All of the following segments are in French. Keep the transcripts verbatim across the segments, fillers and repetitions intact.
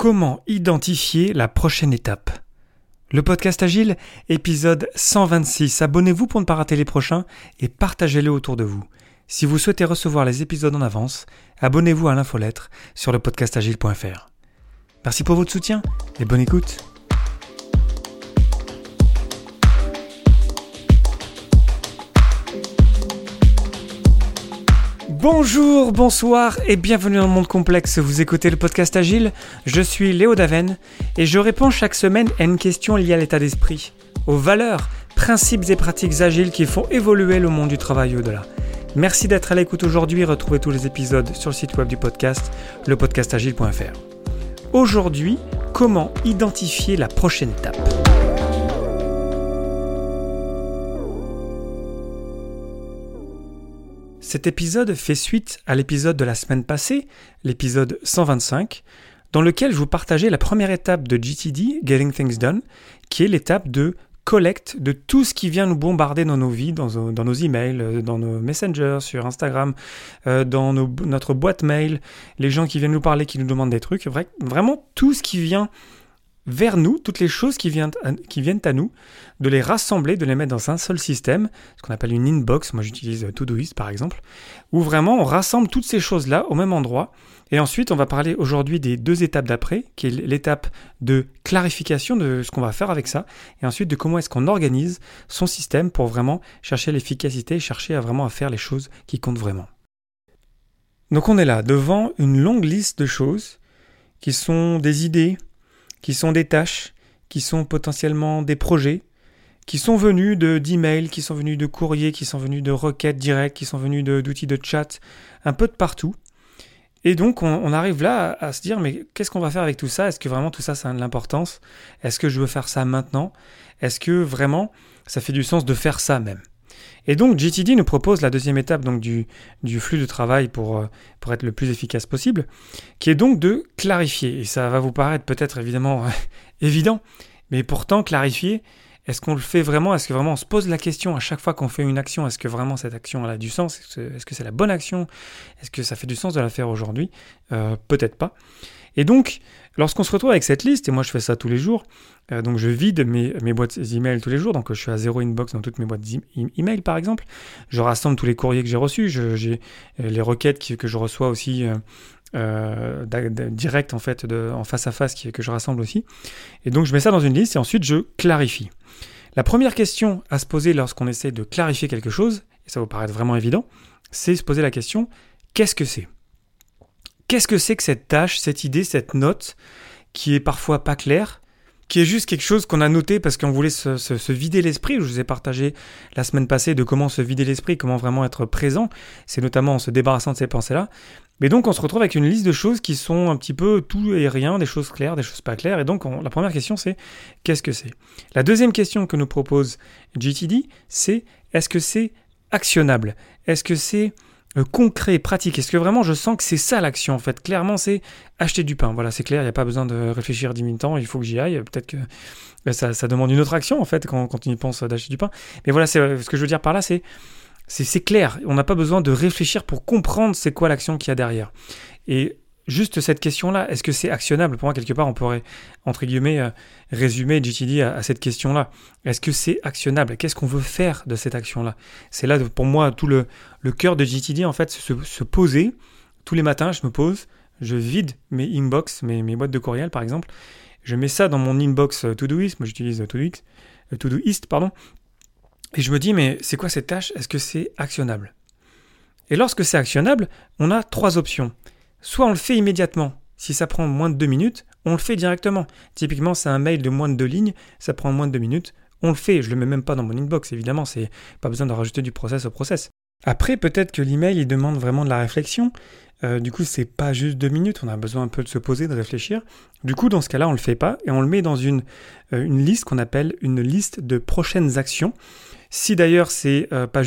Comment identifier la prochaine étape ? Le podcast Agile, épisode cent vingt-six. Abonnez-vous pour ne pas rater les prochains et partagez-les autour de vous. Si vous souhaitez recevoir les épisodes en avance, abonnez-vous à l'infolettre sur le podcast agile point f r. Merci pour votre soutien et bonne écoute. Bonjour, bonsoir et bienvenue dans le monde complexe. Vous écoutez le podcast Agile, je suis Léo Daven et je réponds chaque semaine à une question liée à l'état d'esprit, aux valeurs, principes et pratiques agiles qui font évoluer le monde du travail au-delà. Merci d'être à l'écoute aujourd'hui et retrouvez tous les épisodes sur le site web du podcast, le podcast agile point f r. Aujourd'hui, comment identifier la prochaine étape ? Cet épisode fait suite à l'épisode de la semaine passée, l'épisode cent vingt-cinq, dans lequel je vous partageais la première étape de G T D, Getting Things Done, qui est l'étape de collecte de tout ce qui vient nous bombarder dans nos vies, dans, dans nos emails, dans nos messengers, sur Instagram, euh, dans nos, notre boîte mail, les gens qui viennent nous parler, qui nous demandent des trucs, vrai, vraiment tout ce qui vient vers nous, toutes les choses qui viennent, à, qui viennent à nous, de les rassembler, de les mettre dans un seul système, ce qu'on appelle une inbox, moi j'utilise Todoist par exemple, où vraiment on rassemble toutes ces choses-là au même endroit, et ensuite on va parler aujourd'hui des deux étapes d'après, qui est l'étape de clarification de ce qu'on va faire avec ça, et ensuite de comment est-ce qu'on organise son système pour vraiment chercher l'efficacité, chercher à vraiment à faire les choses qui comptent vraiment. Donc on est là, devant une longue liste de choses qui sont des idées, qui sont des tâches, qui sont potentiellement des projets, qui sont venus de, d'emails, qui sont venus de courriers, qui sont venus de requêtes directes, qui sont venus de, d'outils de chat, un peu de partout. Et donc, on, on arrive là à, à se dire, mais qu'est-ce qu'on va faire avec tout ça ? Est-ce que vraiment tout ça, ça a de l'importance ? Est-ce que je veux faire ça maintenant ? Est-ce que vraiment, ça fait du sens de faire ça même ? Et donc, G T D nous propose la deuxième étape donc, du, du flux de travail pour, pour être le plus efficace possible, qui est donc de clarifier. Et ça va vous paraître peut-être évidemment euh, évident, mais pourtant, clarifier, est-ce qu'on le fait vraiment ? Est-ce que vraiment on se pose la question à chaque fois qu'on fait une action ? Est-ce que vraiment cette action elle a du sens ? Est-ce que, est-ce que c'est la bonne action ? Est-ce que ça fait du sens de la faire aujourd'hui ? euh, Peut-être pas. Et donc, lorsqu'on se retrouve avec cette liste, et moi je fais ça tous les jours, euh, donc je vide mes, mes boîtes email tous les jours, donc je suis à zéro inbox dans toutes mes boîtes email par exemple, je rassemble tous les courriers que j'ai reçus, je, j'ai les requêtes qui, que je reçois aussi euh, euh, direct en fait, de, en face à face qui, que je rassemble aussi, et donc je mets ça dans une liste et ensuite je clarifie. La première question à se poser lorsqu'on essaie de clarifier quelque chose, et ça vous paraît vraiment évident, c'est se poser la question, qu'est-ce que c'est ? Qu'est-ce que c'est que cette tâche, cette idée, cette note qui est parfois pas claire, qui est juste quelque chose qu'on a noté parce qu'on voulait se, se, se vider l'esprit. Je vous ai partagé la semaine passée de comment se vider l'esprit, comment vraiment être présent. C'est notamment en se débarrassant de ces pensées-là. Mais donc on se retrouve avec une liste de choses qui sont un petit peu tout et rien, des choses claires, des choses pas claires. Et donc on, la première question c'est qu'est-ce que c'est ? La deuxième question que nous propose G T D, c'est est-ce que c'est actionnable ? Est-ce que c'est concret, pratique. Est-ce que vraiment je sens que c'est ça l'action en fait ? Clairement c'est acheter du pain. Voilà, c'est clair, il n'y a pas besoin de réfléchir dix mille temps, il faut que j'y aille. Peut-être que ça, ça demande une autre action en fait quand, quand on y pense d'acheter du pain. Mais voilà, c'est, ce que je veux dire par là, c'est, c'est, c'est clair. On n'a pas besoin de réfléchir pour comprendre c'est quoi l'action qu'il y a derrière. Et juste cette question-là, est-ce que c'est actionnable ? Pour moi, quelque part, on pourrait, entre guillemets, euh, résumer G T D à, à cette question-là. Est-ce que c'est actionnable ? Qu'est-ce qu'on veut faire de cette action-là ? C'est là, pour moi, tout le, le cœur de G T D, en fait, se, se poser. Tous les matins, je me pose, je vide mes inbox, mes, mes boîtes de courriel, par exemple. Je mets ça dans mon inbox Todoist. Moi, j'utilise Todoist, euh, Todoist, pardon. Et je me dis, mais c'est quoi cette tâche ? Est-ce que c'est actionnable ? Et lorsque c'est actionnable, on a trois options. Soit on le fait immédiatement, si ça prend moins de deux minutes, on le fait directement. Typiquement, c'est un mail de moins de deux lignes, ça prend moins de deux minutes, on le fait. Je ne le mets même pas dans mon inbox, évidemment, c'est pas besoin de rajouter du process au process. Après, peut-être que l'email, il demande vraiment de la réflexion. Euh, du coup, c'est pas juste deux minutes, on a besoin un peu de se poser, de réfléchir. Du coup, dans ce cas-là, on le fait pas et on le met dans une, euh, une liste qu'on appelle une liste de prochaines actions. Si d'ailleurs, c'est euh, pas juste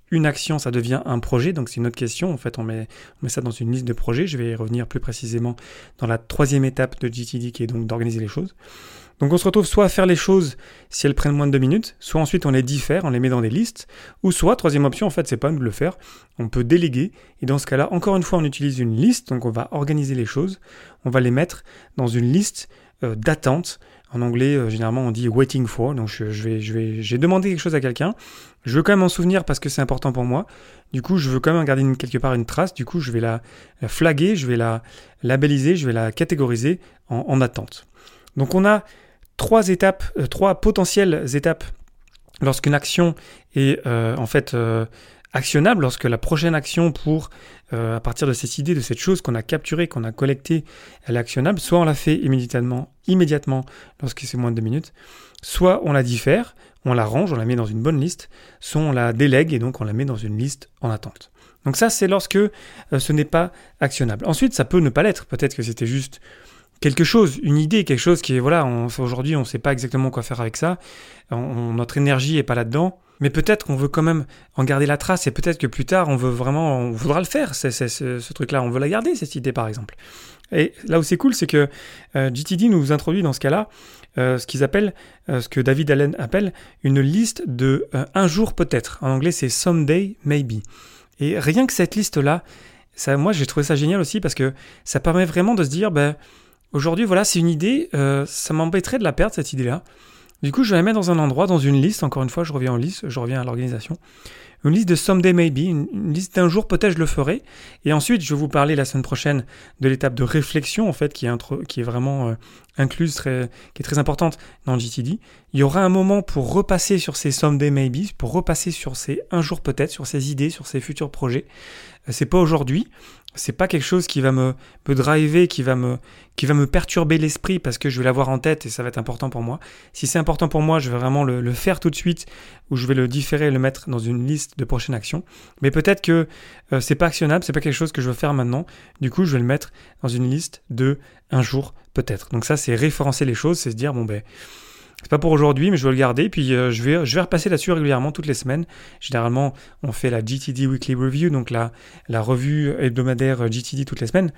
une action, ça devient un projet, donc c'est une autre question. En fait, on met, on met ça dans une liste de projets. Je vais y revenir plus précisément dans la troisième étape de G T D, qui est donc d'organiser les choses. Donc on se retrouve soit à faire les choses si elles prennent moins de deux minutes, soit ensuite on les diffère, on les met dans des listes, ou soit, troisième option, en fait, c'est pas nous de le faire, on peut déléguer, et dans ce cas-là, encore une fois, on utilise une liste, donc on va organiser les choses, on va les mettre dans une liste euh, d'attente. En anglais, euh, généralement, on dit waiting for. Donc, je, je vais, je vais, j'ai demandé quelque chose à quelqu'un. Je veux quand même en souvenir parce que c'est important pour moi. Du coup, je veux quand même garder une, quelque part une trace. Du coup, je vais la, la flaguer, je vais la labelliser, je vais la catégoriser en, en attente. Donc, on a trois étapes, euh, trois potentielles étapes lorsqu'une action est euh, en fait euh, actionnable, lorsque la prochaine action pour, euh, à partir de cette idée, de cette chose qu'on a capturée, qu'on a collectée, elle est actionnable, soit on la fait immédiatement, immédiatement lorsque c'est moins de deux minutes, soit on la diffère, on la range, on la met dans une bonne liste, soit on la délègue et donc on la met dans une liste en attente. Donc ça, c'est lorsque euh, ce n'est pas actionnable. Ensuite, ça peut ne pas l'être. Peut-être que c'était juste quelque chose, une idée, quelque chose qui est, voilà, on, aujourd'hui, on ne sait pas exactement quoi faire avec ça, on, on, notre énergie n'est pas là-dedans, mais peut-être qu'on veut quand même en garder la trace, et peut-être que plus tard, on veut vraiment, on voudra le faire, c'est, c'est, c'est, ce truc-là, on veut la garder, cette idée, par exemple. Et là où c'est cool, c'est que euh, G T D nous introduit dans ce cas-là euh, ce qu'ils appellent, euh, ce que David Allen appelle une liste de euh, un jour peut-être. En anglais, c'est someday maybe. Et rien que cette liste-là, ça, moi, j'ai trouvé ça génial aussi parce que ça permet vraiment de se dire, ben, aujourd'hui, voilà, c'est une idée, euh, ça m'embêterait de la perdre, cette idée-là. Du coup, je vais la mettre dans un endroit, dans une liste, encore une fois, je reviens en liste, je reviens à l'organisation. Une liste de someday maybe, une, une liste d'un jour, peut-être je le ferai. Et ensuite, je vais vous parler la semaine prochaine de l'étape de réflexion, en fait, qui est, intro, qui est vraiment euh, incluse, très, qui est très importante dans G T D. Il y aura un moment pour repasser sur ces someday maybe, pour repasser sur ces un jour peut-être, sur ces idées, sur ces futurs projets. Euh, c'est pas aujourd'hui. C'est pas quelque chose qui va me, me driver, qui va me, qui va me perturber l'esprit parce que je vais l'avoir en tête et ça va être important pour moi. Si c'est important pour moi, je vais vraiment le, le faire tout de suite ou je vais le différer et le mettre dans une liste de prochaines actions. Mais peut-être que euh, c'est pas actionnable, c'est pas quelque chose que je veux faire maintenant. Du coup, je vais le mettre dans une liste de un jour peut-être. Donc ça, c'est référencer les choses, c'est se dire, bon ben, c'est pas pour aujourd'hui, mais je vais le garder. Puis euh, je vais, je vais repasser là-dessus régulièrement toutes les semaines. Généralement, on fait la G T D Weekly Review, donc la, la revue hebdomadaire G T D toutes les semaines.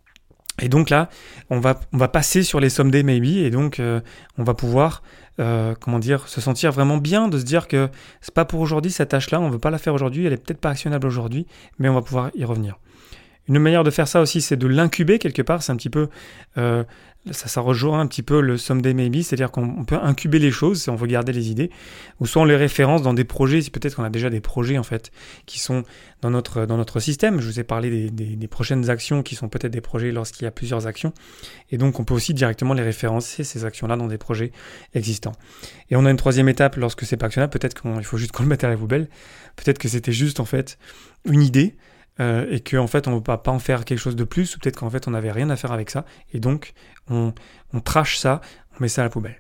Et donc là, on va, on va passer sur les someday maybe, et donc euh, on va pouvoir, euh, comment dire, se sentir vraiment bien, de se dire que c'est pas pour aujourd'hui cette tâche-là, on veut pas la faire aujourd'hui, elle est peut-être pas actionnable aujourd'hui, mais on va pouvoir y revenir. Une manière de faire ça aussi, c'est de l'incuber quelque part. C'est un petit peu, euh, ça, ça rejoint un petit peu le someday maybe, c'est-à-dire qu'on peut incuber les choses si on veut garder les idées, ou soit on les référence dans des projets, si peut-être qu'on a déjà des projets en fait qui sont dans notre dans notre système. Je vous ai parlé des, des, des prochaines actions qui sont peut-être des projets lorsqu'il y a plusieurs actions, et donc on peut aussi directement les référencer ces actions-là dans des projets existants. Et on a une troisième étape lorsque c'est pas actionnable. Peut-être qu'il faut juste qu'on le mette à la poubelle. Peut-être que c'était juste en fait une idée. Euh, et qu'en fait on ne va pas en faire quelque chose de plus, ou peut-être qu'en fait on n'avait rien à faire avec ça, et donc on, on trash ça, on met ça à la poubelle.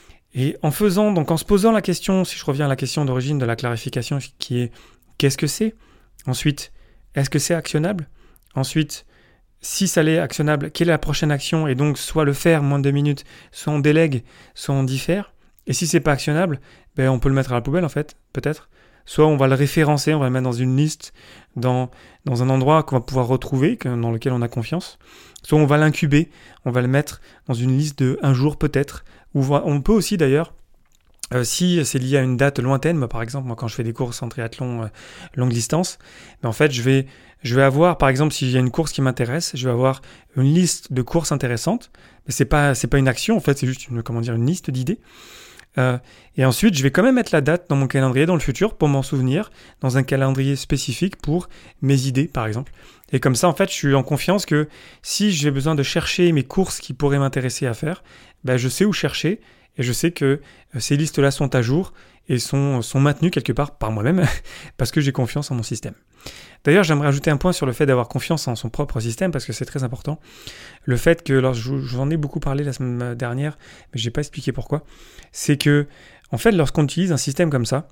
Et en faisant, donc en se posant la question, si je reviens à la question d'origine de la clarification qui est qu'est-ce que c'est ? Ensuite, est-ce que c'est actionnable ? Ensuite, si ça l'est actionnable, quelle est la prochaine action ? Et donc soit le faire moins de deux minutes, soit on délègue, soit on diffère. Et si c'est pas actionnable, ben on peut le mettre à la poubelle en fait, peut-être. Soit on va le référencer, on va le mettre dans une liste, dans, dans un endroit qu'on va pouvoir retrouver, dans lequel on a confiance. Soit on va l'incuber, on va le mettre dans une liste de un jour peut-être. Ou on peut aussi d'ailleurs, euh, si c'est lié à une date lointaine, bah, par exemple, moi quand je fais des courses en triathlon euh, longue distance, bah, en fait je vais, je vais avoir, par exemple, s'il y a une course qui m'intéresse, je vais avoir une liste de courses intéressantes. Mais c'est pas, c'est pas une action, en fait, c'est juste une, comment dire, une liste d'idées. Euh, et ensuite, je vais quand même mettre la date dans mon calendrier dans le futur pour m'en souvenir, dans un calendrier spécifique pour mes idées, par exemple. Et comme ça, en fait, je suis en confiance que si j'ai besoin de chercher mes courses qui pourraient m'intéresser à faire, ben, je sais où chercher et je sais que ces listes-là sont à jour et sont, sont maintenues quelque part par moi-même parce que j'ai confiance en mon système. D'ailleurs, j'aimerais ajouter un point sur le fait d'avoir confiance en son propre système parce que c'est très important. Le fait que, alors je vous en ai beaucoup parlé la semaine dernière, mais je n'ai pas expliqué pourquoi, c'est que, en fait, lorsqu'on utilise un système comme ça,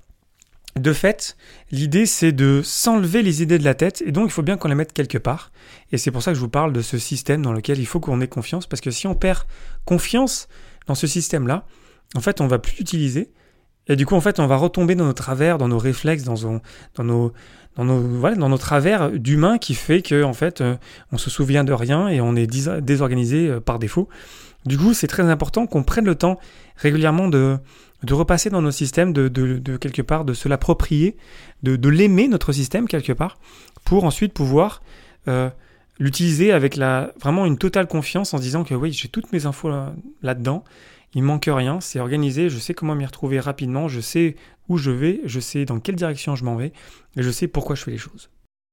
de fait, l'idée c'est de s'enlever les idées de la tête et donc il faut bien qu'on les mette quelque part. Et c'est pour ça que je vous parle de ce système dans lequel il faut qu'on ait confiance parce que si on perd confiance dans ce système-là, en fait, on ne va plus l'utiliser Et du coup, en fait, on va retomber dans nos travers, dans nos réflexes, dans, nos, dans, nos, dans, nos, voilà, dans nos travers d'humains qui fait qu'en en fait, euh, on se souvient de rien et on est désorganisé euh, par défaut. Du coup, c'est très important qu'on prenne le temps régulièrement de, de repasser dans nos systèmes, de, de, de quelque part, de se l'approprier, de, de l'aimer, notre système, quelque part, pour ensuite pouvoir euh, l'utiliser avec la, vraiment une totale confiance en se disant que oui, j'ai toutes mes infos là, là-dedans, il ne manque rien, c'est organisé, je sais comment m'y retrouver rapidement, je sais où je vais, je sais dans quelle direction je m'en vais, et je sais pourquoi je fais les choses.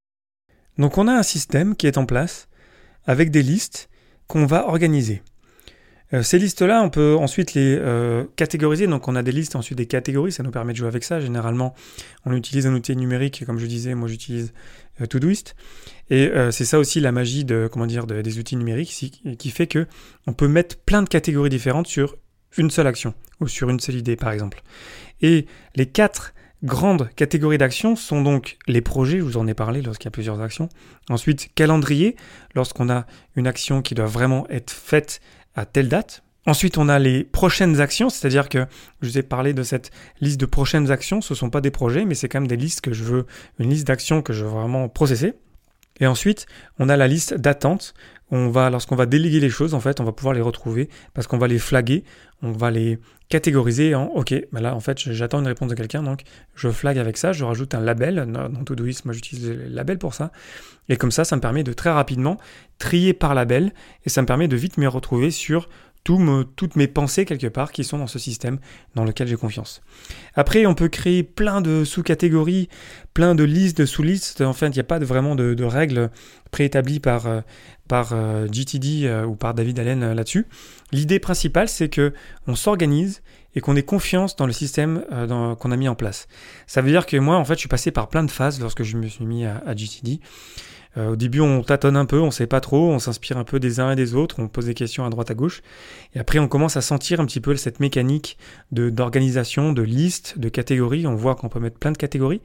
Donc on a un système qui est en place, avec des listes qu'on va organiser. Euh, ces listes-là, on peut ensuite les euh, catégoriser, donc on a des listes, ensuite des catégories, ça nous permet de jouer avec ça. Généralement, on utilise un outil numérique, comme je disais, moi j'utilise euh, Todoist, et euh, c'est ça aussi la magie de, comment dire, de, des outils numériques, si, qui fait que on peut mettre plein de catégories différentes sur une seule action, ou sur une seule idée par exemple. Et les quatre grandes catégories d'actions sont donc les projets, je vous en ai parlé lorsqu'il y a plusieurs actions. Ensuite, calendrier, lorsqu'on a une action qui doit vraiment être faite à telle date. Ensuite, on a les prochaines actions, c'est-à-dire que je vous ai parlé de cette liste de prochaines actions, ce ne sont pas des projets, mais c'est quand même des listes que je veux, une liste d'actions que je veux vraiment processer. Et ensuite, on a la liste d'attente. On va, lorsqu'on va déléguer les choses, en fait, on va pouvoir les retrouver parce qu'on va les flaguer, on va les catégoriser en OK, ben là, en fait, j'attends une réponse de quelqu'un, donc je flag avec ça, je rajoute un label. Dans Todoist, moi, j'utilise le label pour ça. Et comme ça, ça me permet de très rapidement trier par label et ça me permet de vite me retrouver sur tout me, toutes mes pensées quelque part qui sont dans ce système dans lequel j'ai confiance. Après, on peut créer plein de sous-catégories, plein de listes, de sous-listes. En fait, il n'y a pas de, vraiment de, de règles préétablies par, euh, par euh, G T D euh, ou par David Allen euh, là-dessus. L'idée principale, c'est qu'on s'organise et qu'on ait confiance dans le système euh, dans, qu'on a mis en place. Ça veut dire que moi, en fait, je suis passé par plein de phases lorsque je me suis mis à, à G T D. Euh, au début, on tâtonne un peu, on ne sait pas trop, on s'inspire un peu des uns et des autres, on pose des questions à droite à gauche. Et après, on commence à sentir un petit peu cette mécanique de, d'organisation, de listes, de catégories. On voit qu'on peut mettre plein de catégories.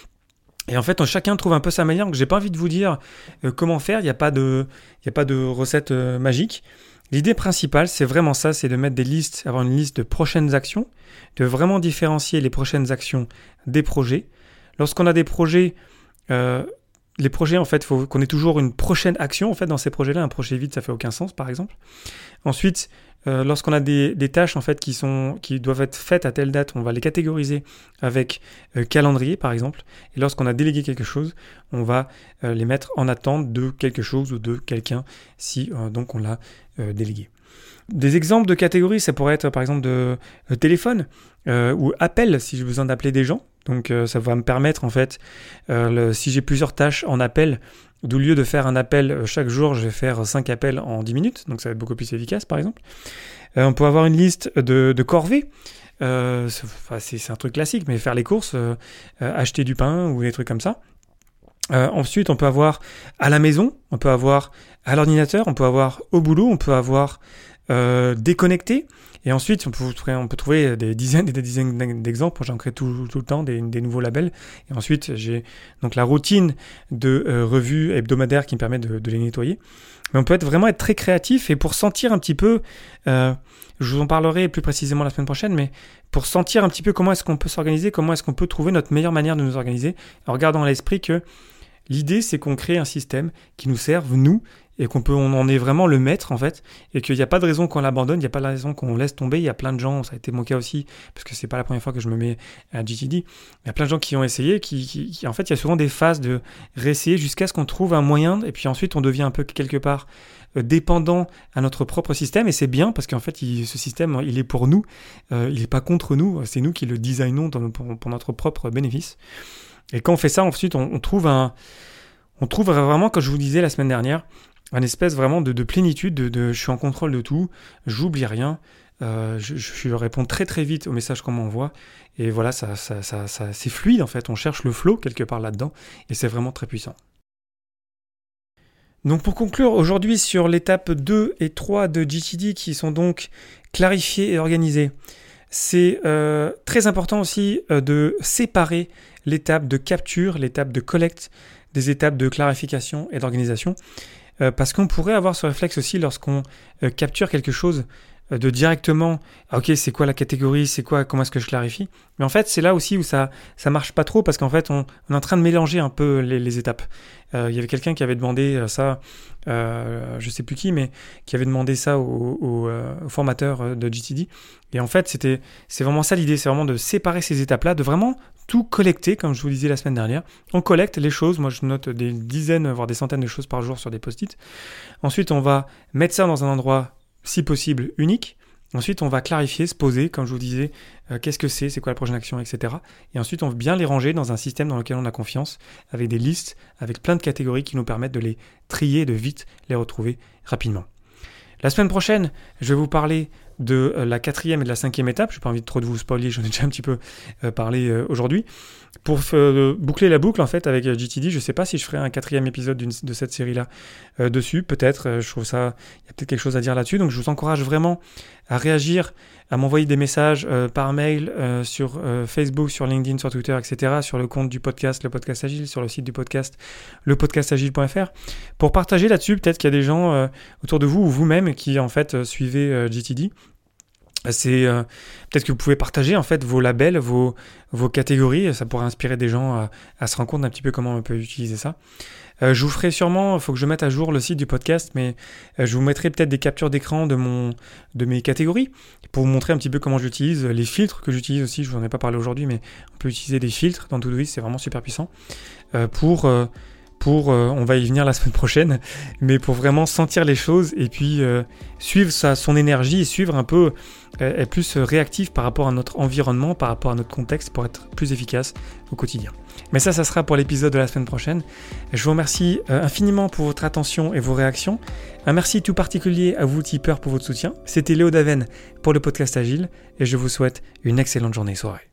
Et en fait, on, chacun trouve un peu sa manière. Donc, j'ai pas envie de vous dire euh, comment faire. Il n'y a pas de, il y a pas de recette euh, magique. L'idée principale, c'est vraiment ça, c'est de mettre des listes, avoir une liste de prochaines actions, de vraiment différencier les prochaines actions des projets. Lorsqu'on a des projets... Euh, Les projets, en fait, il faut qu'on ait toujours une prochaine action. En fait, dans ces projets-là, un projet vide, ça fait aucun sens, par exemple. Ensuite, euh, lorsqu'on a des, des tâches en fait qui sont qui doivent être faites à telle date, on va les catégoriser avec euh, calendrier, par exemple. Et lorsqu'on a délégué quelque chose, on va euh, les mettre en attente de quelque chose ou de quelqu'un, si euh, donc on l'a euh, délégué. Des exemples de catégories, ça pourrait être par exemple de, de téléphone euh, ou appel, si j'ai besoin d'appeler des gens. Donc euh, ça va me permettre en fait, euh, le, si j'ai plusieurs tâches en appel, au lieu de faire un appel chaque jour, je vais faire cinq appels en dix minutes, donc ça va être beaucoup plus efficace par exemple. Euh, on peut avoir une liste de, de corvées, euh, c'est, enfin, c'est, c'est un truc classique, mais faire les courses, euh, euh, acheter du pain ou des trucs comme ça. Euh, ensuite, on peut avoir à la maison, on peut avoir à l'ordinateur, on peut avoir au boulot, on peut avoir euh, déconnecté. Et ensuite, on peut, on peut trouver des dizaines et des dizaines d'exemples. J'en crée tout, tout le temps des, des nouveaux labels. Et ensuite, j'ai donc la routine de euh, revue hebdomadaire qui me permet de, de les nettoyer. Mais on peut être, vraiment être très créatif. Et pour sentir un petit peu, euh, je vous en parlerai plus précisément la semaine prochaine, mais pour sentir un petit peu comment est-ce qu'on peut s'organiser, comment est-ce qu'on peut trouver notre meilleure manière de nous organiser, en gardant à l'esprit que l'idée, c'est qu'on crée un système qui nous serve, nous, et qu'on peut, on en est vraiment le maître en fait, et qu'il n'y a pas de raison qu'on l'abandonne, il n'y a pas de raison qu'on laisse tomber. Il y a plein de gens, ça a été mon cas aussi, parce que c'est pas la première fois que je me mets à G T D, il y a plein de gens qui ont essayé, qui, qui, qui en fait, il y a souvent des phases de réessayer jusqu'à ce qu'on trouve un moyen, et puis ensuite on devient un peu quelque part euh, dépendant à notre propre système, et c'est bien parce qu'en fait, il, ce système, il est pour nous, euh, il n'est pas contre nous, c'est nous qui le designons dans, pour, pour notre propre bénéfice. Et quand on fait ça, ensuite, on, on trouve un, on trouve vraiment, comme je vous disais la semaine dernière, un espèce vraiment de, de plénitude, de, de je suis en contrôle de tout, j'oublie rien, euh, je, je réponds très très vite aux messages qu'on m'envoie, et voilà, ça, ça, ça, ça, c'est fluide en fait, on cherche le flow quelque part là-dedans, et c'est vraiment très puissant. Donc pour conclure aujourd'hui sur l'étape deux et trois de G T D qui sont donc clarifiées et organisées, c'est euh, très important aussi euh, de séparer l'étape de capture, l'étape de collecte, des étapes de clarification et d'organisation. Euh, parce qu'on pourrait avoir ce réflexe aussi lorsqu'on euh, capture quelque chose de directement, ah, ok, c'est quoi la catégorie, c'est quoi, comment est-ce que je clarifie. Mais en fait, c'est là aussi où ça ça marche pas trop parce qu'en fait, on, on est en train de mélanger un peu les, les étapes. Euh, il y avait quelqu'un qui avait demandé ça, euh, je sais plus qui, mais qui avait demandé ça au, au, euh, au formateur de G T D. Et en fait, c'était, c'est vraiment ça l'idée, c'est vraiment de séparer ces étapes-là, de vraiment tout collecter, comme je vous le disais la semaine dernière. On collecte les choses, moi je note des dizaines, voire des centaines de choses par jour sur des post-it. Ensuite, on va mettre ça dans un endroit, si possible, unique. Ensuite, on va clarifier, se poser, comme je vous disais, euh, qu'est-ce que c'est, c'est quoi la prochaine action, et cetera. Et ensuite, on va bien les ranger dans un système dans lequel on a confiance, avec des listes, avec plein de catégories qui nous permettent de les trier et de vite les retrouver rapidement. La semaine prochaine, je vais vous parler de euh, la quatrième et de la cinquième étape. Je n'ai pas envie de trop de vous spoiler, j'en ai déjà un petit peu euh, parlé euh, aujourd'hui. Pour euh, boucler la boucle en fait avec euh, G T D, je ne sais pas si je ferai un quatrième épisode d'une, de cette série-là euh, dessus. Peut-être, euh, je trouve ça, il y a peut-être quelque chose à dire là-dessus. Donc je vous encourage vraiment à réagir, à m'envoyer des messages euh, par mail, euh, sur euh, Facebook, sur LinkedIn, sur Twitter, et cetera, sur le compte du podcast, le podcast Agile, sur le site du podcast, le podcast agile point f r, pour partager là-dessus. Peut-être qu'il y a des gens euh, autour de vous ou vous-même qui en fait euh, suivez euh, G T D. C'est euh, peut-être que vous pouvez partager en fait vos labels, vos, vos catégories. Ça pourrait inspirer des gens à, à se rendre compte un petit peu comment on peut utiliser ça. Euh, je vous ferai sûrement, il faut que je mette à jour le site du podcast, mais euh, je vous mettrai peut-être des captures d'écran de, mon, de mes catégories pour vous montrer un petit peu comment j'utilise, les filtres que j'utilise aussi. Je vous en ai pas parlé aujourd'hui, mais on peut utiliser des filtres dans Todoist, c'est vraiment super puissant euh, pour... Euh, Pour, euh, on va y venir la semaine prochaine, mais pour vraiment sentir les choses et puis euh, suivre sa, son énergie et suivre un peu, euh, être plus réactif par rapport à notre environnement, par rapport à notre contexte pour être plus efficace au quotidien. Mais ça, ça sera pour l'épisode de la semaine prochaine. Je vous remercie euh, infiniment pour votre attention et vos réactions. Un merci tout particulier à vous, tipeurs, pour votre soutien. C'était Léo Daven pour le podcast Agile et je vous souhaite une excellente journée et soirée.